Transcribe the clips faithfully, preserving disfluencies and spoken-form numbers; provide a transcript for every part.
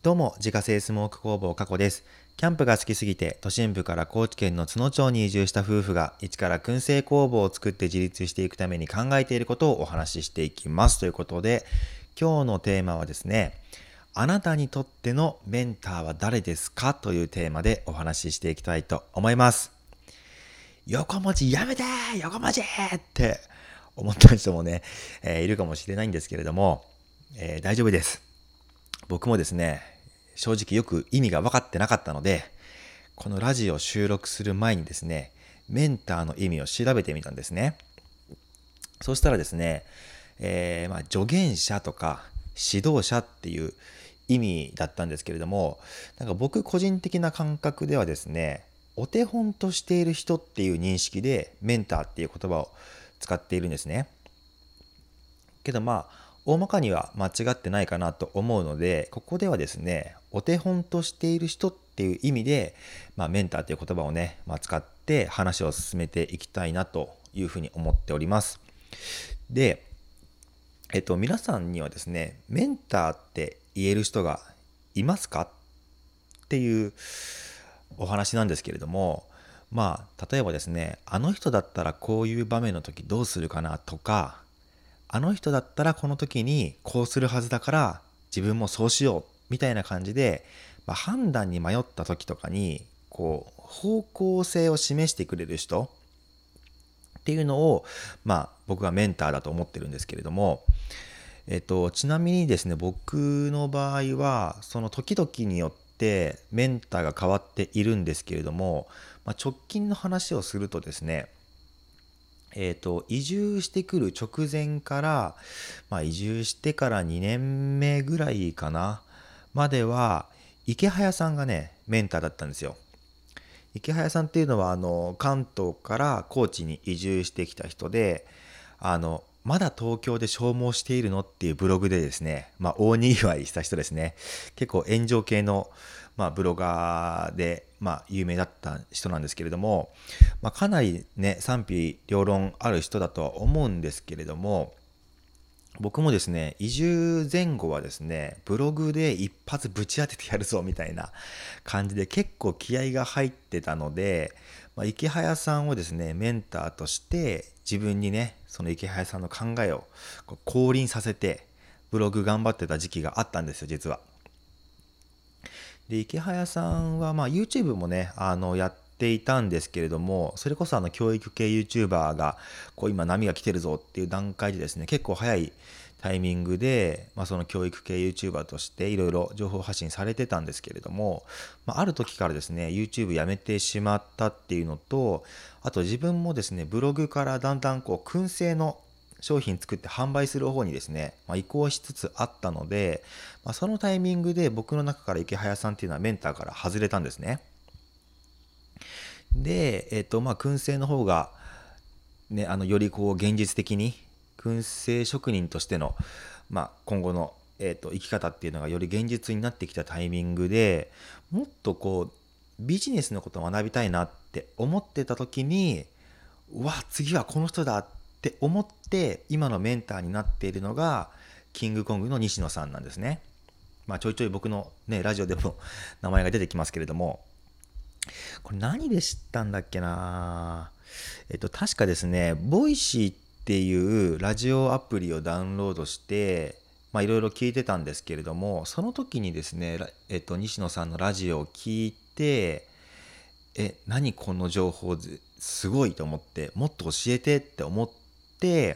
どうも、自家製スモーク工房加古です。キャンプが好きすぎて、都心部から高知県の津野町に移住した夫婦が、一から燻製工房を作って自立していくために考えていることをお話ししていきます。ということで、今日のテーマはですね、あなたにとってのメンターは誰ですかというテーマでお話ししていきたいと思います。横文字やめてー横文字って思った人もね、えーいるかもしれないんですけれども、えー大丈夫です。僕もですね、正直よく意味が分かってなかったので、このラジオを収録する前にですね、メンターの意味を調べてみたんですね。そうしたらですね、えーまあ、助言者とか指導者っていう意味だったんですけれども、なんか僕個人的な感覚ではですね、お手本としている人っていう認識でメンターっていう言葉を使っているんですね。けどまあ大まかには間違ってないかなと思うので、ここではですね、お手本としている人っていう意味で、まあ、メンターという言葉をね、まあ、使って話を進めていきたいなというふうに思っております。で、えっと、皆さんにはですね、メンターって言える人がいますかっていうお話なんですけれども、まあ例えばですね、あの人だったらこういう場面の時どうするかなとか、あの人だったらこの時にこうするはずだから自分もそうしようみたいな感じで、まあ、判断に迷った時とかにこう方向性を示してくれる人っていうのを、まあ僕はメンターだと思ってるんですけれども、えっとちなみにですね、僕の場合はその時々によってメンターが変わっているんですけれども、まあ、直近の話をするとですね、えーと、移住してくる直前から、まあ、移住してからにねんめぐらいかなまでは池早さんがねメンターだったんですよ。池早さんっていうのはあの関東から高知に移住してきた人で、あのまだ東京で消耗しているのっていうブログでですね、まあ、大にぎわいした人ですね。結構炎上系の、まあ、ブロガーで、まあ、有名だった人なんですけれども、まあ、かなりね賛否両論ある人だとは思うんですけれども、僕もですね移住前後はですねブログで一発ぶち当ててやるぞみたいな感じで結構気合が入ってたので、まあ、池早さんをですねメンターとして自分にねその池早さんの考えをこう降臨させてブログ頑張ってた時期があったんですよ実は。で池早さんはまあ YouTube もねあのやっていたんですけれども、それこそあの教育系 YouTuber がこう今波が来てるぞっていう段階でですね、結構早いタイミングで、まあ、その教育系 YouTuber としていろいろ情報発信されてたんですけれども、まあ、ある時からですね YouTube やめてしまったっていうのと、あと自分もですねブログからだんだんこう燻製の商品作って販売する方にですね、まあ、移行しつつあったので、まあ、そのタイミングで僕の中から池早さんっていうのはメンターから外れたんですね。で、えっとまあ燻製の方が、ね、あのよりこう現実的に燻製職人としての、まあ、今後の、えっと生き方っていうのがより現実になってきたタイミングで、もっとこうビジネスのことを学びたいなって思ってた時に、うわ次はこの人だって思って今のメンターになっているのがキングコングの西野さんなんですね。まあちょいちょい僕のねラジオでも名前が出てきますけれども、これ何で知ったんだっけな。えっと確かですね、ボイシーっていうラジオアプリをダウンロードしてまあいろいろ聞いてたんですけれども、その時にですね、えっと西野さんのラジオを聞いて、え何この情報すごいと思って、もっと教えてって思って、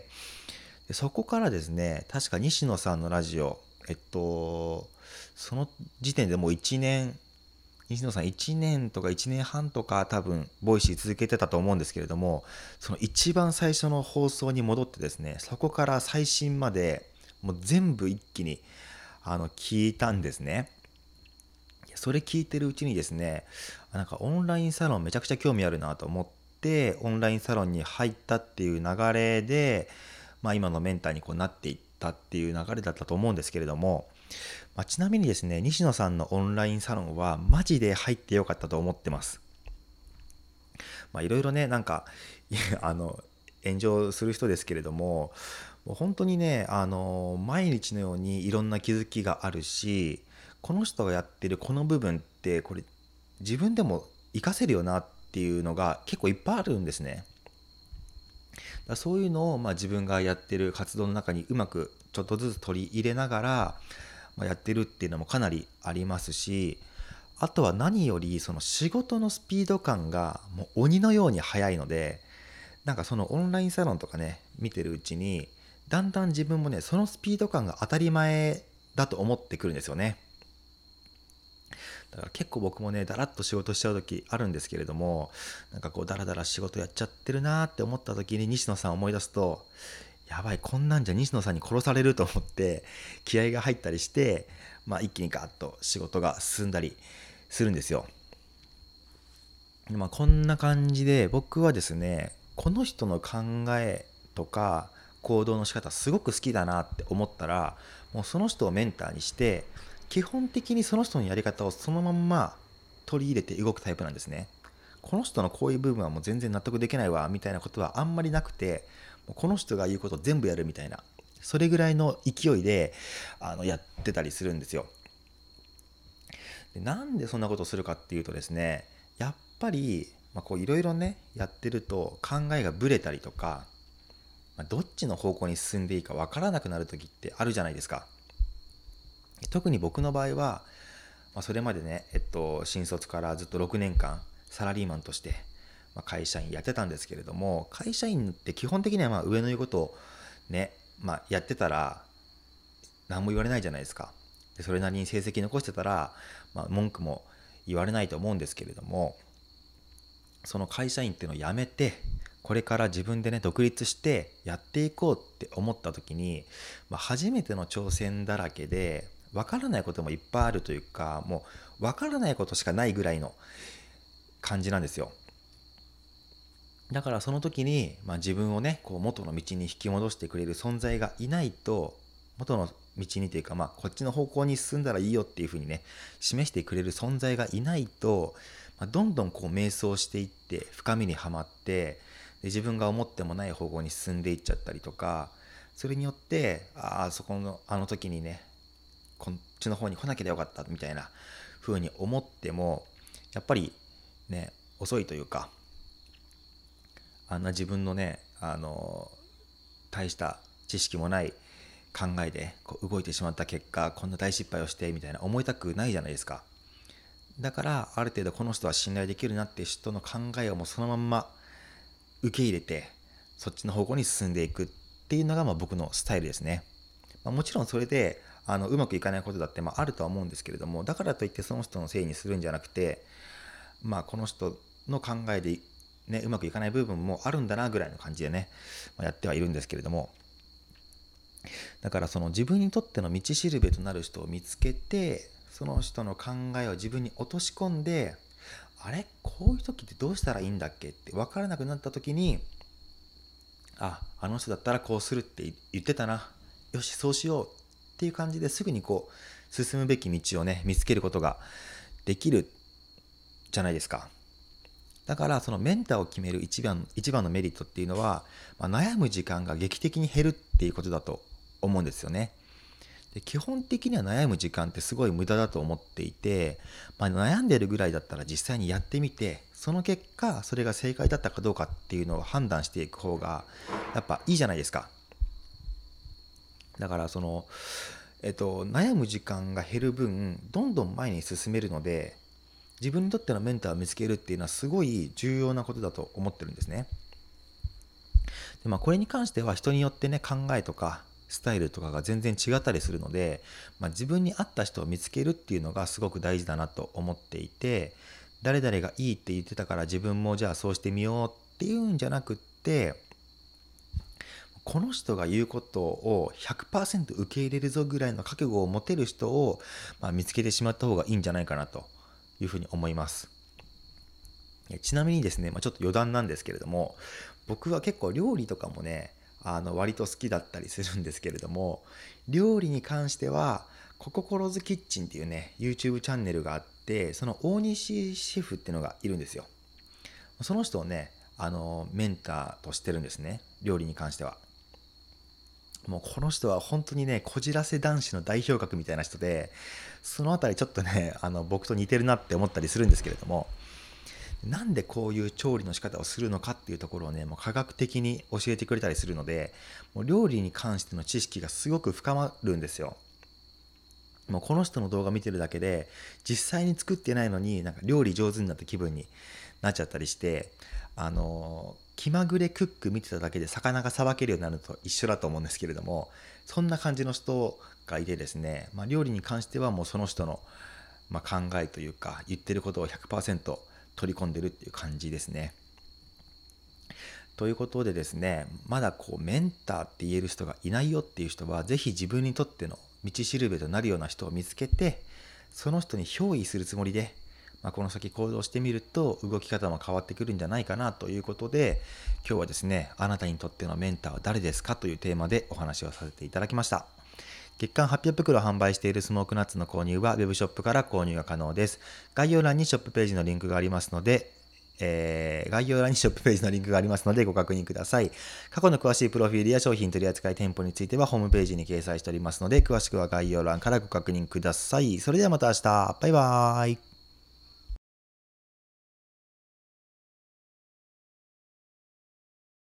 でそこからですね確か西野さんのラジオ、えっとその時点でもういちねん、西野さんいちねんとかいちねんはんとか多分ボイシー続けてたと思うんですけれども、その一番最初の放送に戻ってですね、そこから最新までもう全部一気にあの聞いたんですね。それ聞いてるうちにですね、なんかオンラインサロンめちゃくちゃ興味あるなと思ってオンラインサロンに入ったっていう流れで、まあ、今のメンターにこうなっていったっていう流れだったと思うんですけれども、まあ、ちなみにですね西野さんのオンラインサロンはマジで入ってよかったと思ってます。まあいろいろねなんかあの炎上する人ですけれども、もう本当にねあの毎日のようにいろんな気づきがあるし、 この人がやってるこの部分ってこれ自分でも活かせるよなっていうのが結構いっぱいあるんですね。だからそういうのをまあ自分がやってる活動の中にうまくちょっとずつ取り入れながら、まあ、やってるっていうのもかなりありますし、あとは何よりその仕事のスピード感がもう鬼のように速いので、なんかそのオンラインサロンとかね見てるうちにだんだん自分もねそのスピード感が当たり前だと思ってくるんですよね。だから結構僕もねだらっと仕事しちゃう時あるんですけれども、なんかこうだらだら仕事やっちゃってるなーって思った時に西野さんを思い出すと、やばいこんなんじゃ西野さんに殺されると思って気合が入ったりして、まあ、一気にガーッと仕事が進んだりするんですよ。まあ、こんな感じで僕はですねこの人の考えとか行動の仕方すごく好きだなって思ったら、もうその人をメンターにして基本的にその人のやり方をそのまんま取り入れて動くタイプなんですね。この人のこういう部分はもう全然納得できないわみたいなことはあんまりなくて、もうこの人が言うことを全部やるみたいな、それぐらいの勢いであのやってたりするんですよ。でなんでそんなことをするかっていうとですね、やっぱりまあこういろいろねやってると考えがぶれたりとか、まあどっちの方向に進んでいいかわからなくなる時ってあるじゃないですか。特に僕の場合は、まあ、それまでね、えっと、新卒からずっとろくねんかんサラリーマンとして、まあ、会社員やってたんですけれども、会社員って基本的にはまあ上の言うことをね、まあ、やってたら何も言われないじゃないですか。でそれなりに成績残してたら、まあ、文句も言われないと思うんですけれども、その会社員っていうのを辞めてこれから自分でね独立してやっていこうって思った時に、まあ、初めての挑戦だらけで分からないこともいっぱいあるというか、もう分からないことしかないぐらいの感じなんですよ。だからその時に、まあ、自分をねこう元の道に引き戻してくれる存在がいないと、元の道にというか、まあ、こっちの方向に進んだらいいよっていう風にね示してくれる存在がいないと、まあ、どんどんこう迷走していって深みにはまって、で自分が思ってもない方向に進んでいっちゃったりとか、それによってああそこのあの時にねこっちの方に来なきゃよかったみたいな風に思っても、やっぱりね遅いというか、あんな自分のねあの大した知識もない考えでこう動いてしまった結果こんな大失敗をしてみたいな思いたくないじゃないですか。だからある程度この人は信頼できるなっていう人の考えをもうそのまんま受け入れてそっちの方向に進んでいくっていうのがまあ僕のスタイルですね。まあ、もちろんそれであのうまくいかないことだってまああるとは思うんですけれども、だからといってその人のせいにするんじゃなくて、まあこの人の考えでねうまくいかない部分もあるんだなぐらいの感じでね、まあ、やってはいるんですけれども、だからその自分にとっての道しるべとなる人を見つけて、その人の考えを自分に落とし込んで、あれこういう時ってどうしたらいいんだっけって分からなくなった時に、ああの人だったらこうするって言ってたな、よしそうしようっていう感じですぐにこう進むべき道をね見つけることができるじゃないですか。だからそのメンターを決める一番一番のメリットっていうのは、まあ、悩む時間が劇的に減るっていうことだと思うんですよね。で基本的には悩む時間ってすごい無駄だと思っていて、まあ、悩んでるぐらいだったら実際にやってみて、その結果それが正解だったかどうかっていうのを判断していく方がやっぱいいじゃないですか。だからその、えっと、悩む時間が減る分どんどん前に進めるので、自分にとってのメンターを見つけるっていうのはすごい重要なことだと思ってるんですね。で、まあ、これに関しては人によってね考えとかスタイルとかが全然違ったりするので、まあ、自分に合った人を見つけるっていうのがすごく大事だなと思っていて、誰々がいいって言ってたから自分もじゃあそうしてみようっていうんじゃなくって、この人が言うことをひゃくパーセント受け入れるぞぐらいの覚悟を持てる人を、まあ、見つけてしまった方がいいんじゃないかなというふうに思います。ちなみにですね、まあ、ちょっと余談なんですけれども、僕は結構料理とかもねあの割と好きだったりするんですけれども、料理に関してはコココロズキッチンっていうね YouTube チャンネルがあって、その大西シェフっていうのがいるんですよ。その人をねあのメンターとしてるんですね、料理に関しては。 もうこの人は本当にね、こじらせ男子の代表格みたいな人で、そのあたりちょっとね、あの僕と似てるなって思ったりするんですけれども、なんでこういう調理の仕方をするのかっていうところをね、もう科学的に教えてくれたりするので、もう料理に関しての知識がすごく深まるんですよ。もうこの人の動画見てるだけで、実際に作ってないのになんか料理上手になった気分になっちゃったりして、あの気まぐれクック見てただけで魚がさばけるようになるのと一緒だと思うんですけれども、そんな感じの人がいてですね、まあ、料理に関してはもうその人の、まあ、考えというか言ってることを ひゃくパーセント 取り込んでるっていう感じですね。ということでですね、まだこうメンターって言える人がいないよっていう人は、ぜひ自分にとっての道しるべとなるような人を見つけて、その人に憑依するつもりで、まあ、この先行動してみると動き方も変わってくるんじゃないかなということで、今日はですね、あなたにとってのメンターは誰ですかというテーマでお話をさせていただきました。月間はっぴゃく袋販売しているスモークナッツの購入は ウェブ ショップから購入が可能です。概要欄にショップページのリンクがありますので、えー、概要欄にショップページのリンクがありますのでご確認ください。過去の詳しいプロフィールや商品取扱店舗についてはホームページに掲載しておりますので、詳しくは概要欄からご確認ください。それではまた明日。バイバーイ。